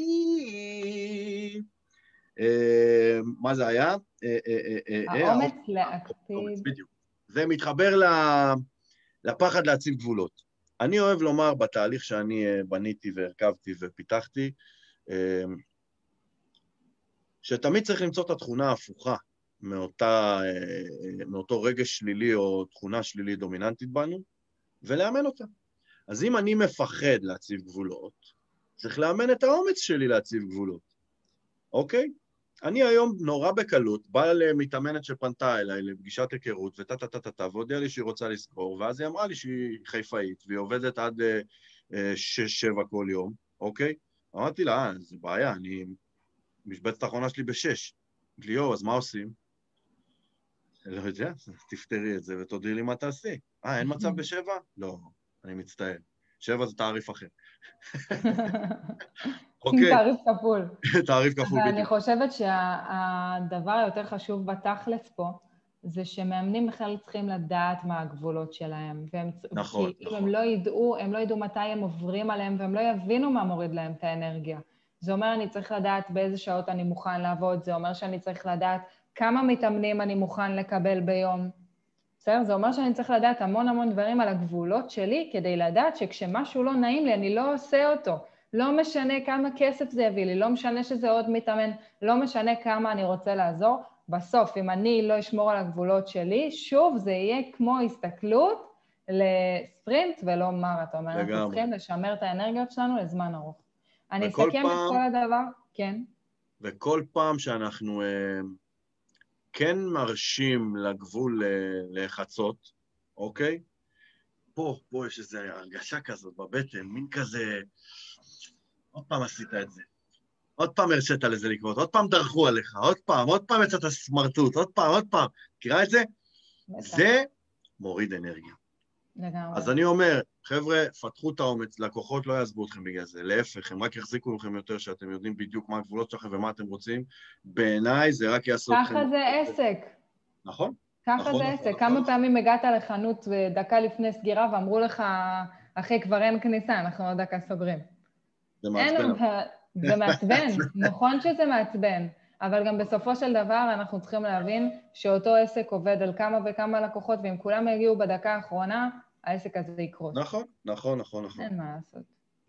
מה זה היה? האומץ להקפיד. בדיוק. זה מתחבר לפחד להציב גבולות. אני אוהב לומר בתהליך שאני בניתי והרכבתי ופיתחתי, שתמיד צריך למצוא את התכונה ההפוכה מאותה, מאותו רגש שלילי או תכונה שלילית דומיננטית בנו, ולאמן אותה. אז אם אני מפחד להציב גבולות, צריך לאמן את האומץ שלי להציב גבולות. אוקיי? אני היום נורא בקלות, באה למתאמנת שפנתה אליי לפגישת היכרות, וטה-טה-טה-טה, והודיעה לי שהיא רוצה לסגור, ואז היא אמרה לי שהיא חיפאית, והיא עובדת עד שש שבע כל יום, אוקיי? אמרתי לה, אה, זה בעיה, אני משבצת האחרונה שלי בשש. אמרתי לי, יו, אז מה עושים? לא יודע, תפתרי את זה ותודיעי לי מה תעשי. אה, אין מצב בשבע? לא, אני מצטער. שבע זה תעריף אחר. אוקיי. תעריף כפול. תעריף כפול, בדיוק. ואני חושבת שהדבר היותר חשוב בתכלס פה, זה שמאמנים בכלל צריכים לדעת מה הגבולות שלהם. נכון, כי נכון. אם הם לא ידעו, הם לא ידעו מתי הם עוברים עליהם, והם לא יבינו מה מוריד להם את האנרגיה. זה אומר, אני צריך לדעת באיזה שעות אני מוכן לעבוד, זה אומר שאני צריך לדעת כמה מתאמנים אני מוכן לקבל ביום. בסדר? זה אומר שאני צריך לדעת המון המון דברים על הגבולות שלי, כדי לדעת שכשמשהו לא נעים לי, אני לא עושה אותו. לא משנה כמה כסף זה יביא לי, לא משנה שזה עוד מתאמן, לא משנה כמה אני רוצה לעזור. בסוף, אם אני לא אשמור על הגבולות שלי, שוב, זה יהיה כמו הסתכלות לספרינט ולא מרתון. אנחנו צריכים לשמר את האנרגיות שלנו לזמן ארוך. אני אסכם פעם, את כל הדבר, כן. וכל פעם שאנחנו כן מרשים לגבול לחצות, אוקיי? פה, פה יש איזו הרגשה כזאת בבטן, מין כזה, עוד פעם עשית את זה, עוד פעם הרשית לזה לקרות, עוד פעם דרכו עליך, עוד פעם, עוד פעם יצאת סמרטוט, עוד פעם, עוד פעם, תקרא את זה? זה מוריד אנרגיה. לגמרי. אז אני אומר, חבר'ה, פתחו את האומץ, לקוחות לא יעזבו אתכם בגלל זה, להפך, הם רק יחזיקו לכם יותר שאתם יודעים בדיוק מה הגבולות שלכם ומה אתם רוצים, בעיניי זה רק יעשו אתכם... ככה זה עסק. נכון. ככה זה עסק. כמה פעמים הגעת לחנות דקה לפני סגירה ואמרו לך, אחי, כבר אין כניסה, אנחנו עוד דקה סוגרים. זה מעצבן. זה מעצבן, נכון שזה מעצבן, אבל גם בסופו של דבר אנחנו צריכים להבין שאותו עסק עובד על כמה וכמה לקוחות, ואם כולם יגיעו בדקה האחרונה, העסק הזה יקרוס. נכון, נכון, נכון, נכון. אין מה לעשות.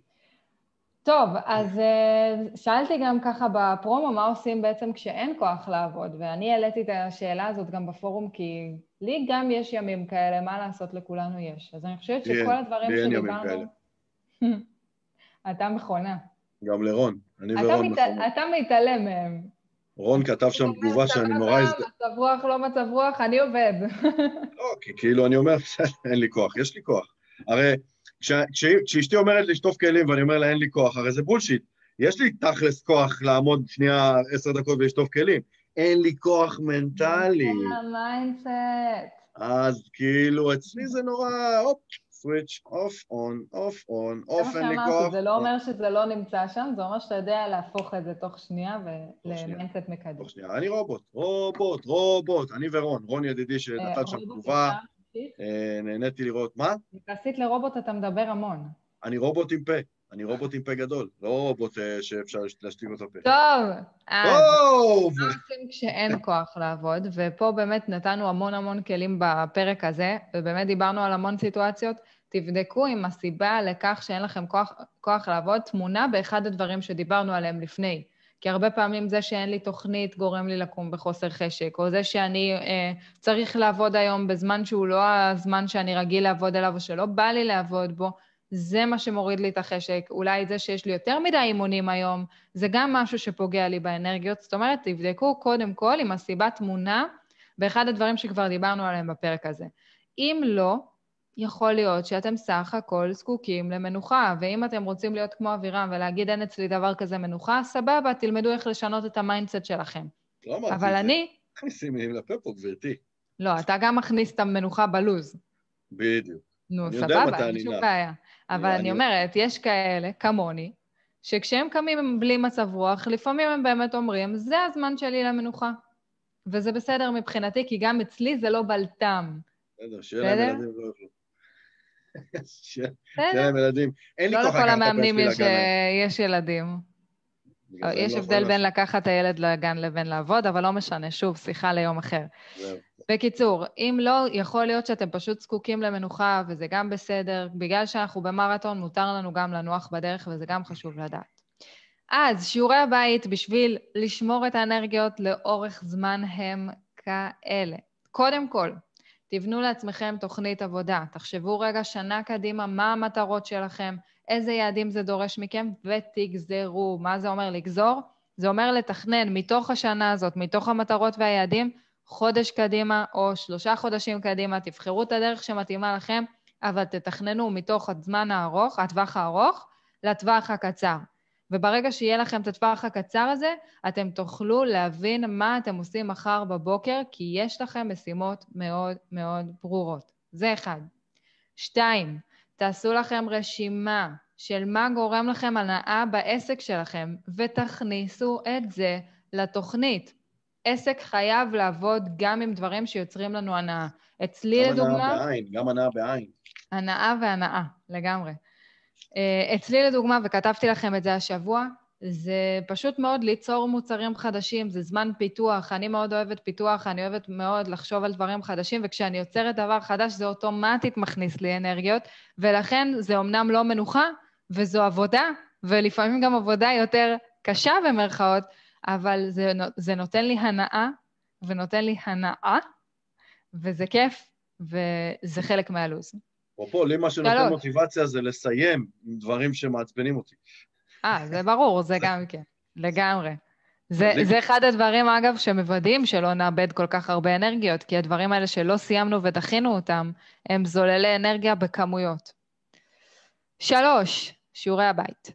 טוב, אז שאלתי גם ככה בפרומו, מה עושים בעצם כשאין כוח לעבוד, ואני העליתי את השאלה הזאת גם בפורום, כי לי גם יש ימים כאלה, מה לעשות, לכולנו יש. אז אני חושבת שכל הדברים שדיברנו... אתה מכונה. גם לרון, אני ורון מכונה. אתה מתעלם מהם. רון כתב שם תגובה שאני נורא... מצב רוח, לא מצב רוח, אני עובד. לא, כי כאילו אני אומר, אין לי כוח, יש לי כוח. הרי כשאשתי אומרת לשטוף כלים ואני אומר לה אין לי כוח, הרי זה בולשיט. יש לי תכלס כוח לעמוד שנייה עשר דקות ולשטוף כלים. אין לי כוח מנטלי. מיינדסט. אז כאילו אצלי זה נורא, הופ, סוויץ', אוף, און, אוף, און, זה אוף, מה אין לי שאמרתי, כוח. זה לא אומר שזה לא נמצא שם, זה אומר שאתה יודע להפוך את זה תוך שנייה תוך שנייה. ולמיינדסט מקדם. תוך שנייה, אני רובוט, רובוט, רובוט, אני ורון, רון ידידי שנתן שם תגובה, נהניתי לראות, מה? יחסית לרובוט אתה מדבר המון. אני רובוט עם פה, אני רובוט עם פה גדול, לא רובוט שאפשר להשתיק אותו פה. טוב, אז טוב! מה עושים כשאין כוח לעבוד, ופה באמת נתנו המון המון כלים בפרק הזה, ובאמת דיברנו על המון סיטואציות, תבדקו אם הסיבה לכך שאין לכם כוח, כוח לעבוד תמונה באחד הדברים שדיברנו עליהם לפני. כי הרבה פעמים זה שאין לי תוכנית גורם לי לקום בחוסר חשק, או זה שאני אה, צריך לעבוד היום בזמן שהוא לא הזמן שאני רגיל לעבוד אליו, או שלא בא לי לעבוד בו, זה מה שמוריד לי את החשק. אולי זה שיש לי יותר מדי אימונים היום, זה גם משהו שפוגע לי באנרגיות. זאת אומרת, תבדקו קודם כל עם הסיבה תמונה, באחד הדברים שכבר דיברנו עליהם בפרק הזה. אם לא, יכול להיות שאתם סך הכל זקוקים למנוחה, ואם אתם רוצים להיות כמו אבירם ולהגיד אין אצלי דבר כזה מנוחה, סבבה, תלמדו איך לשנות את המיינדסט שלכם. לא אמרתי את זה. אבל אני... מכניסים מילים לפה פה, גברתי. לא, אתה גם מכניס את המנוחה בלוז. בדיוק. נו, סבבה, אין שום בעיה. אבל אני אומרת, יש כאלה, כמוני, שכשהם קמים בלי מצב רוח, לפעמים הם באמת אומרים, זה הזמן שלי למנוחה. וזה בסדר מבחינתי, כי גם אצלי זה לא בלטם. בסדר, שיהיה להם ילדים לא יוכלו. שיהיה בסדר. להם ילדים. אין לי לא כוח לכל לקחת המאמנים את הפסקי לגן. יש ילדים. בגלל זה הם יש לא הבדל יכולים בין לעשות. לקחת את הילד לגן לבין לעבוד, אבל לא משנה, שוב, שיחה ליום אחר. זהו. בקיצור, אם לא, יכול להיות שאתם פשוט זקוקים למנוחה, וזה גם בסדר. בגלל שאנחנו במרתון, מותר לנו גם לנוח בדרך, וזה גם חשוב לדעת. אז שיעורי הבית בשביל לשמור את האנרגיות לאורך זמן הם כאלה. קודם כל, תבנו לעצמכם תוכנית עבודה. תחשבו רגע שנה קדימה מה המטרות שלכם, איזה יעדים זה דורש מכם, ותגזרו. מה זה אומר לגזור? זה אומר לתכנן מתוך השנה הזאת, מתוך המטרות והיעדים, חודש קדימה או שלושה חודשים קדימה, תבחרו את הדרך שמתאימה לכם, אבל תתכננו מתוך הזמן הארוך, הטווח הארוך, לטווח הקצר. וברגע שיהיה לכם את הטווח הקצר הזה, אתם תוכלו להבין מה אתם עושים מחר בבוקר, כי יש לכם משימות מאוד מאוד ברורות. זה אחד. שתיים, תעשו לכם רשימה של מה גורם לכם הנאה בעסק שלכם, ותכניסו את זה לתוכנית. עסק חייב לעבוד גם עם דברים שיוצרים לנו הנאה. אצלי לדוגמה... גם הנאה בעין, גם הנאה בעין. הנאה והנאה, לגמרי. אצלי לדוגמה, וכתבתי לכם את זה השבוע, זה פשוט מאוד ליצור מוצרים חדשים, זה זמן פיתוח, אני מאוד אוהבת פיתוח, אני אוהבת מאוד לחשוב על דברים חדשים, וכשאני יוצרת דבר חדש זה אוטומטית מכניס לי אנרגיות, ולכן זה אומנם לא מנוחה, וזו עבודה, ולפעמים גם עבודה יותר קשה במרכאות, אבל זה, זה נותן לי הנאה, ונותן לי הנאה, וזה כיף, וזה חלק מהלוז. אפרופו, לי מה שנותן מוטיבציה זה לסיים עם דברים שמעצבנים אותי. אה, זה ברור, זה גם כן, לגמרי. זה, זה אחד הדברים, אגב, שמוודאים שלא נאבד כל כך הרבה אנרגיות, כי הדברים האלה שלא סיימנו ודחינו אותם, הם זוללי אנרגיה בכמויות. שלוש, שיעורי הבית.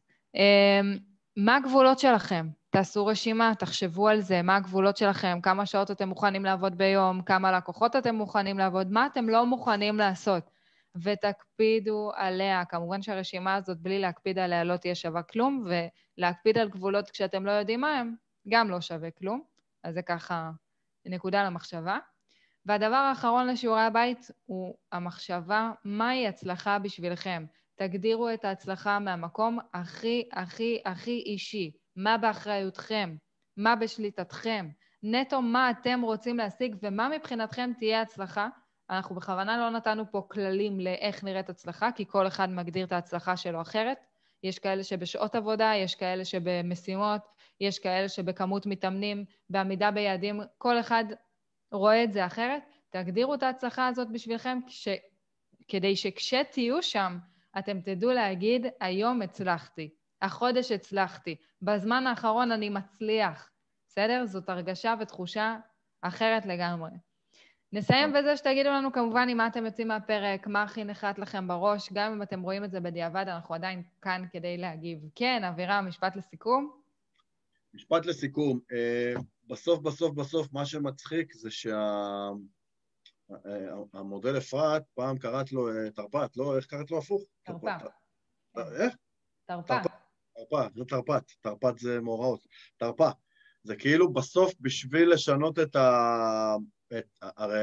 מה הגבולות שלכם? תעשו רשימה, תחשבו על זה, מה הגבולות שלכם, כמה שעות אתם מוכנים לעבוד ביום, כמה לקוחות אתם מוכנים לעבוד, מה אתם לא מוכנים לעשות. ותקפידו עליה. כמובן שהרשימה הזאת בלי להקפיד עליה לא תהיה שווה כלום, ולהקפיד על גבולות כשאתם לא יודעים מה הם, גם לא שווה כלום. אז זה ככה נקודה למחשבה. והדבר האחרון לשיעורי הבית הוא המחשבה, מהי הצלחה בשבילכם. תגדירו את ההצלחה מהמקום הכי, הכי, הכי אישי. מה באחריותכם? מה בשליטתכם? נטו מה אתם רוצים להשיג ומה מבחינתכם תהיה הצלחה. אנחנו בכוונה לא נתנו פה כללים לאיך נראית הצלחה, כי כל אחד מגדיר את ההצלחה שלו אחרת. יש כאלה שבשעות עבודה, יש כאלה שבמשימות, יש כאלה שבכמות מתאמנים, בעמידה ביעדים, כל אחד רואה את זה אחרת. תגדירו את ההצלחה הזאת בשבילכם, כש... כדי שכשתהיו שם, אתם תדעו להגיד, היום הצלחתי, החודש הצלחתי, בזמן האחרון אני מצליח. בסדר? זאת הרגשה ותחושה אחרת לגמרי. נסיים בזה שתגידו לנו כמובן אם אתם יוצאים מהפרק, מה הכי נחת לכם בראש, גם אם אתם רואים את זה בדיעבד, אנחנו עדיין כאן כדי להגיב. כן, אבירם, משפט לסיכום? משפט לסיכום. בסוף, בסוף, בסוף, מה שמצחיק זה המודל אפרת, פעם קראת לו תרפ"ט, לא? איך קראת לו הפוך? תרפ"ט. איך? תרפ"ט. תרפ"ט, זה תרפ"ט, תרפ"ט זה מאורעות. תרפ"ט. זה כאילו בסוף בשביל לשנות את ה... הרי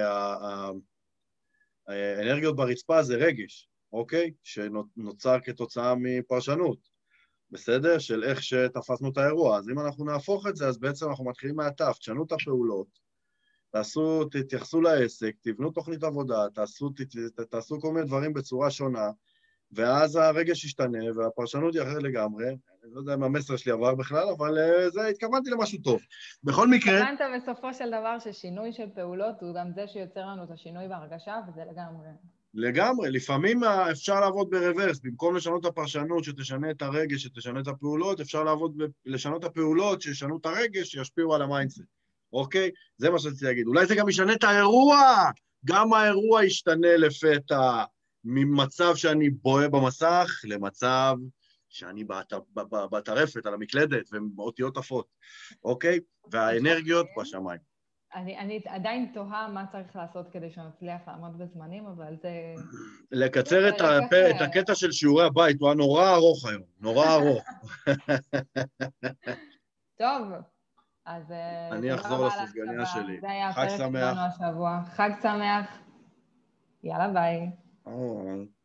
האנרגיות ברצפה זה רגש, אוקיי? שנוצר כתוצאה מפרשנות, בסדר? של איך שתפסנו את האירוע. אז אם אנחנו נהפוך את זה, אז בעצם אנחנו מתחילים מהטף, תשנו את הפעולות, תעשו, תתייחסו לעסק, תבנו תוכנית עבודה, תעשו, ת, תעשו כל מיני דברים בצורה שונה, ואז הרגש ישתנה, והפרשנות היא אחרת לגמרי. אני לא יודע אם המסר שלי עבר בכלל, אבל זה, התכוונתי למשהו טוב. בכל מקרה... התכוונת בסופו של דבר ששינוי של פעולות הוא גם זה שיוצר לנו את השינוי בהרגשה, וזה לגמרי. לגמרי, לפעמים אפשר לעבוד ברוורס, במקום לשנות את הפרשנות שתשנה את הרגש, שתשנה את הפעולות, אפשר לעבוד, ב... לשנות את הפעולות שישנו את הרגש, שישפיעו על המיינדסט. אוקיי? זה מה שרציתי להגיד. אולי זה גם ישנה את האירוע, גם האירוע ישתנה לפתע, ממצב שאני בוהה במסך, למצב שאני בטרפת, על המקלדת, ומאותיות עפות, אוקיי? והאנרגיות בשמיים. אני, אני עדיין תוהה מה צריך לעשות כדי שנצליח לעמוד בזמנים, אבל זה... לקצר את, הפ... את הקטע של שיעורי הבית, הוא היה נורא ארוך היום, נורא ארוך. טוב, אז... אני אחזור לסופגניה שלי. זה היה הפרק שלנו השבוע. חג שמח. יאללה, ביי.